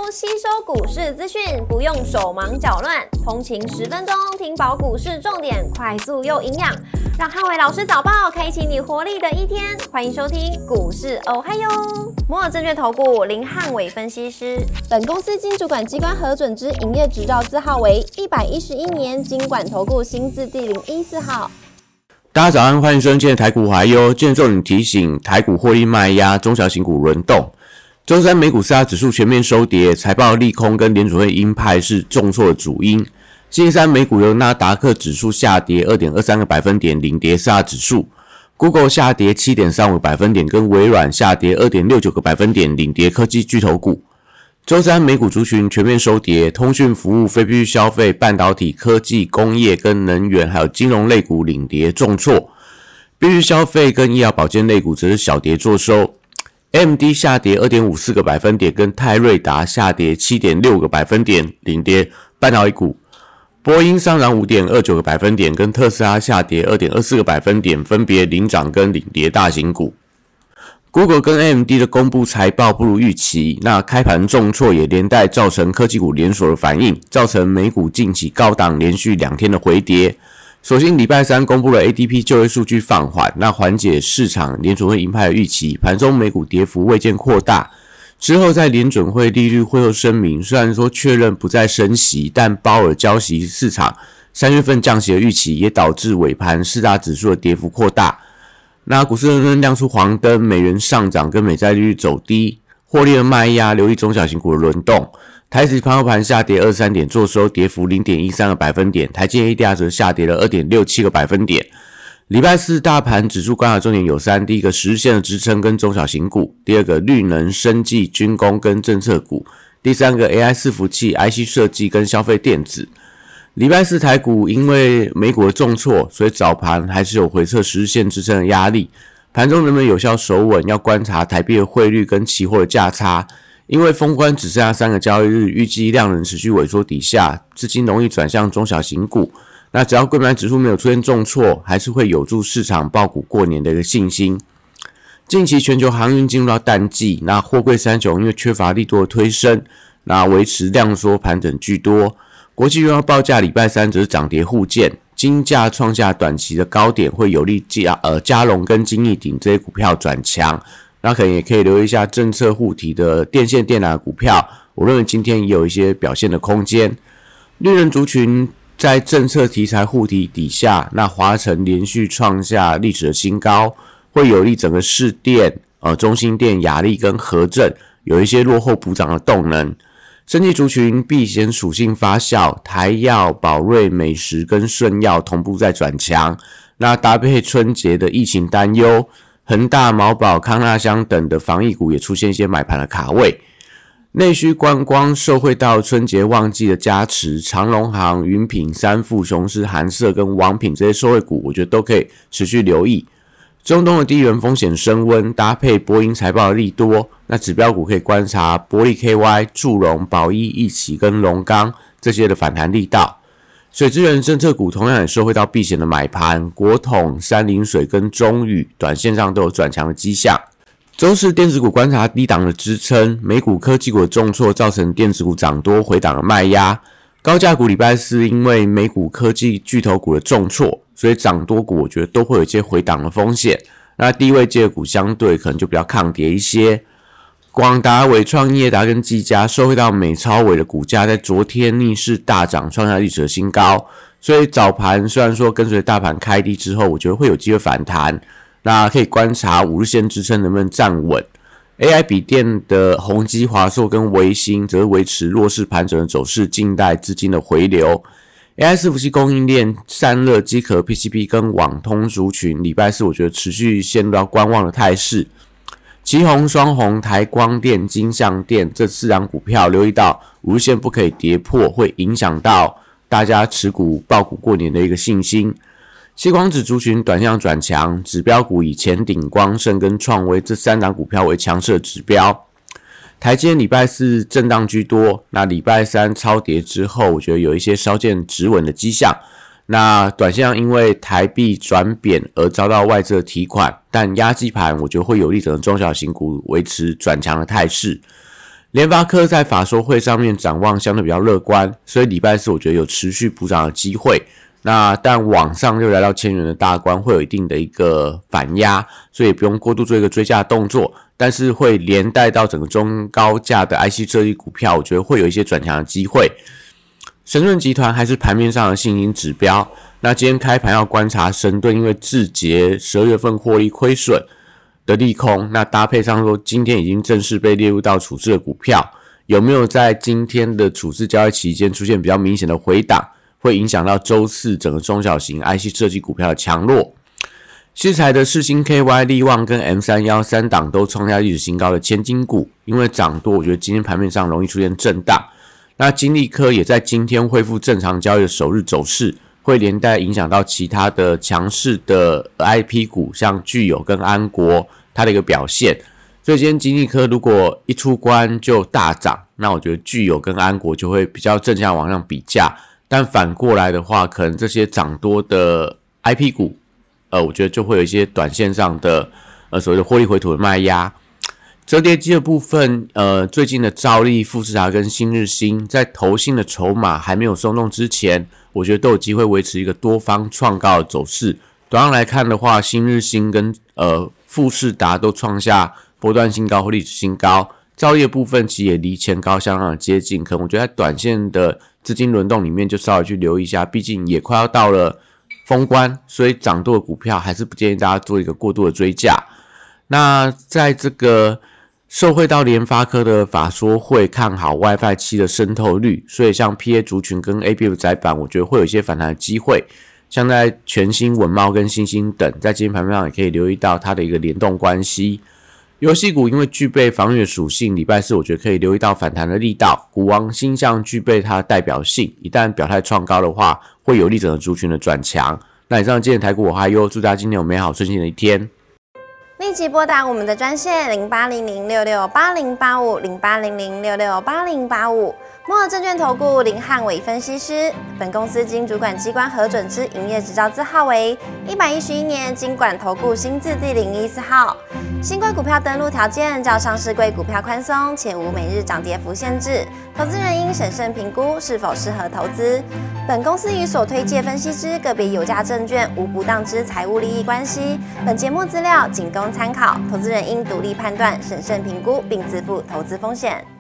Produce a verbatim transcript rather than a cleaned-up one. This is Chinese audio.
吸收股市资讯，不用手忙脚乱，通勤十分钟听饱股市重点，快速又营养，让汉伟老师早报开启你活力的一天。欢迎收听股市哦嗨哟，摩尔证券投顾林汉伟分析师。本公司经主管机关核准之营业执照字号为一百一十一年金管投顾新字第零一四号。 大家早安，欢迎收听今天的台股哦嗨哟。今天重点提醒，台股获利卖压，中小型股轮动。周三美股四大指数全面收跌，财报利空跟联准会鹰派是重挫的主因。星期三美股由纳达克指数下跌 二点二三 个百分点领跌四大指数， Google 下跌 七点三五 个百分点，跟微软下跌 二点六九 个百分点领跌科技巨头股。周三美股族群全面收跌，通讯服务、非必需消费、半导体、科技、工业跟能源还有金融类股领跌重挫，必需消费跟医疗保健类股则是小跌作收。A M D 下跌 二点五四 个百分点，跟泰瑞达下跌 七点六 个百分点领跌半导体股。波音上涨 五点二九 个百分点，跟特斯拉下跌 二点二四 个百分点分别领涨跟领跌大型股。Google 跟 A M D 的公布财报不如预期，那开盘重挫也连带造成科技股连锁的反应，造成美股近期高档连续两天的回跌。首先礼拜三公布了 A D P 就业数据放缓，那缓解市场联准会鹰派的预期，盘中美股跌幅未见扩大。之后在联准会利率会后声明，虽然说确认不再升息，但鲍尔交息市场三月份降息的预期，也导致尾盘四大指数的跌幅扩大。那股市纷纷亮出黄灯，美元上涨跟美债利率走低，获利的卖压，留意中小型股的轮动。台指盘后盘下跌二十三点，作收跌幅 零点一三 个百分点，台积电 A D R 则下跌了 二点六七 个百分点。礼拜四大盘指数观察重点有三：第一个十日线的支撑跟中小型股；第二个绿能、生技、军工跟政策股；第三个 A I 伺服器、I C 设计跟消费电子。礼拜四台股因为美股的重挫，所以早盘还是有回测十日线支撑的压力。盘中能不能有效守稳，要观察台币的汇率跟期货的价差。因为封关只剩下三个交易日，预计量能持续萎缩底下，资金容易转向中小型股。那只要柜买指数没有出现重挫，还是会有助市场抱股过年的一个信心。近期全球航运进入到淡季，那货柜三雄因为缺乏利多的推升，那维持量缩盘整居多。国际原油报价礼拜三则是涨跌互见，金价创下短期的高点，会有利加呃嘉龙跟金益鼎这些股票转强。那可能也可以留意一下政策护体的电线电缆的股票，我认为今天也有一些表现的空间。绿能族群在政策题材护体底下，那华城连续创下历史的新高，会有利整个市电、呃中兴电、亚力跟和正有一些落后补涨的动能。生技族群避险属性发酵，台药、宝瑞、美食跟顺药同步在转强，那搭配春节的疫情担忧，恒大、毛宝、康纳香等的防疫股也出现一些买盘的卡位。内需观光受惠到春节旺季的加持，长荣航、云品、三富、雄狮、寒舍跟王品这些受惠股，我觉得都可以持续留意。中东的地缘风险升温，搭配波音财报的利多，那指标股可以观察伯利 K Y、祝融、宝一、一起跟龙钢这些的反弹力道。水资源政策股同样也受惠到避险的买盘，国统、三菱水跟中宇短线上都有转强的迹象。周四电子股观察低档的支撑，美股科技股的重挫造成电子股涨多回档的卖压。高价股礼拜四因为美股科技巨头股的重挫，所以涨多股我觉得都会有一些回档的风险。那低位阶股相对可能就比较抗跌一些。广达、伟创、业达跟技嘉受惠到美超伟的股价在昨天逆势大涨，创下历史的新高，所以早盘虽然说跟随大盘开低之后，我觉得会有机会反弹。那可以观察五日线支撑能不能站稳。A I 笔电的宏基、华硕跟微星则维持弱势盘整的走势，静待资金的回流。A I 伺服器供应链、散热、机壳、P C B 跟网通族群，礼拜四我觉得持续陷入到观望的态势。奇鋐、双虹、台光电、金像电这四档股票，留意到五日线不可以跌破，会影响到大家持股抱股过年的一个信心。矽光子族群短向转强，指标股以前鼎、光盛跟创威这三档股票为强势的指标。台积电礼拜四震荡居多，那礼拜三超跌之后，我觉得有一些稍见止稳的迹象。那短线上因为台币转贬而遭到外资的提款，但压基盘我觉得会有利整个中小型股维持转强的态势。 联发科在法说会上面展望相对比较乐观，所以礼拜四我觉得有持续补涨的机会。那但往上又来到千元的大关，会有一定的一个反压，所以也不用过度做一个追价的动作，但是会连带到整个中高价的 I C 设计股票，我觉得会有一些转强的机会。神盾集团还是盘面上的信心指标，那今天开盘要观察神盾，因为致捷十二月份获利亏损的利空，那搭配上说今天已经正式被列入到处置的股票，有没有在今天的处置交易期间出现比较明显的回档，会影响到周四整个中小型 I C 设计股票的强弱。世材的世芯 K Y、力旺跟 M 三十一 三档都创下历史新高的千金股，因为涨多，我觉得今天盘面上容易出现震荡。那金利科也在今天恢复正常交易的首日走势，会连带影响到其他的强势的 I P 股，像聚友跟安国它的一个表现。所以今天金利科如果一出关就大涨，那我觉得聚友跟安国就会比较正向往上比价。但反过来的话，可能这些涨多的 I P 股，呃，我觉得就会有一些短线上的呃所谓的获利回吐的卖压。折叠机的部分，呃，最近的兆利、富士达跟新日兴，在投信的筹码还没有松动之前，我觉得都有机会维持一个多方创高的走势。短上来看的话，新日兴跟呃富士达都创下波段新高或历史新高，兆利的部分其实也离前高相当的接近，可能我觉得在短线的资金轮动里面就稍微去留意一下，毕竟也快要到了封关，所以涨多的股票还是不建议大家做一个过度的追价。那在这个受惠到联发科的法说会看好 WiFi 七 的渗透率，所以像 P A 族群跟 A B F 载板，我觉得会有一些反弹的机会。像在全新、稳懋跟新兴等，在今天盘面上也可以留意到它的一个联动关系。游戏股因为具备防御的属性，礼拜四我觉得可以留意到反弹的力道。股王星象具备它的代表性，一旦表态创高的话，会有利整个族群的转强。那以上今天的台股我嗨哟，祝大家今天有美好顺心的一天。 立即拨打我们的专线零八零零六六八零八五零八零零六六八零八五。摩尔证券投顾林汉伟分析师，本公司经主管机关核准之营业执照字号为一百一十一年金管投顾新字第零一四号。新规股票登录条件较上市柜股票宽松，且无每日涨跌幅限制，投资人应审慎评估是否适合投资。本公司与所推介分析之个别有价证券无不当之财务利益关系。本节目资料仅供参考，投资人应独立判断、审慎评估，并自负投资风险。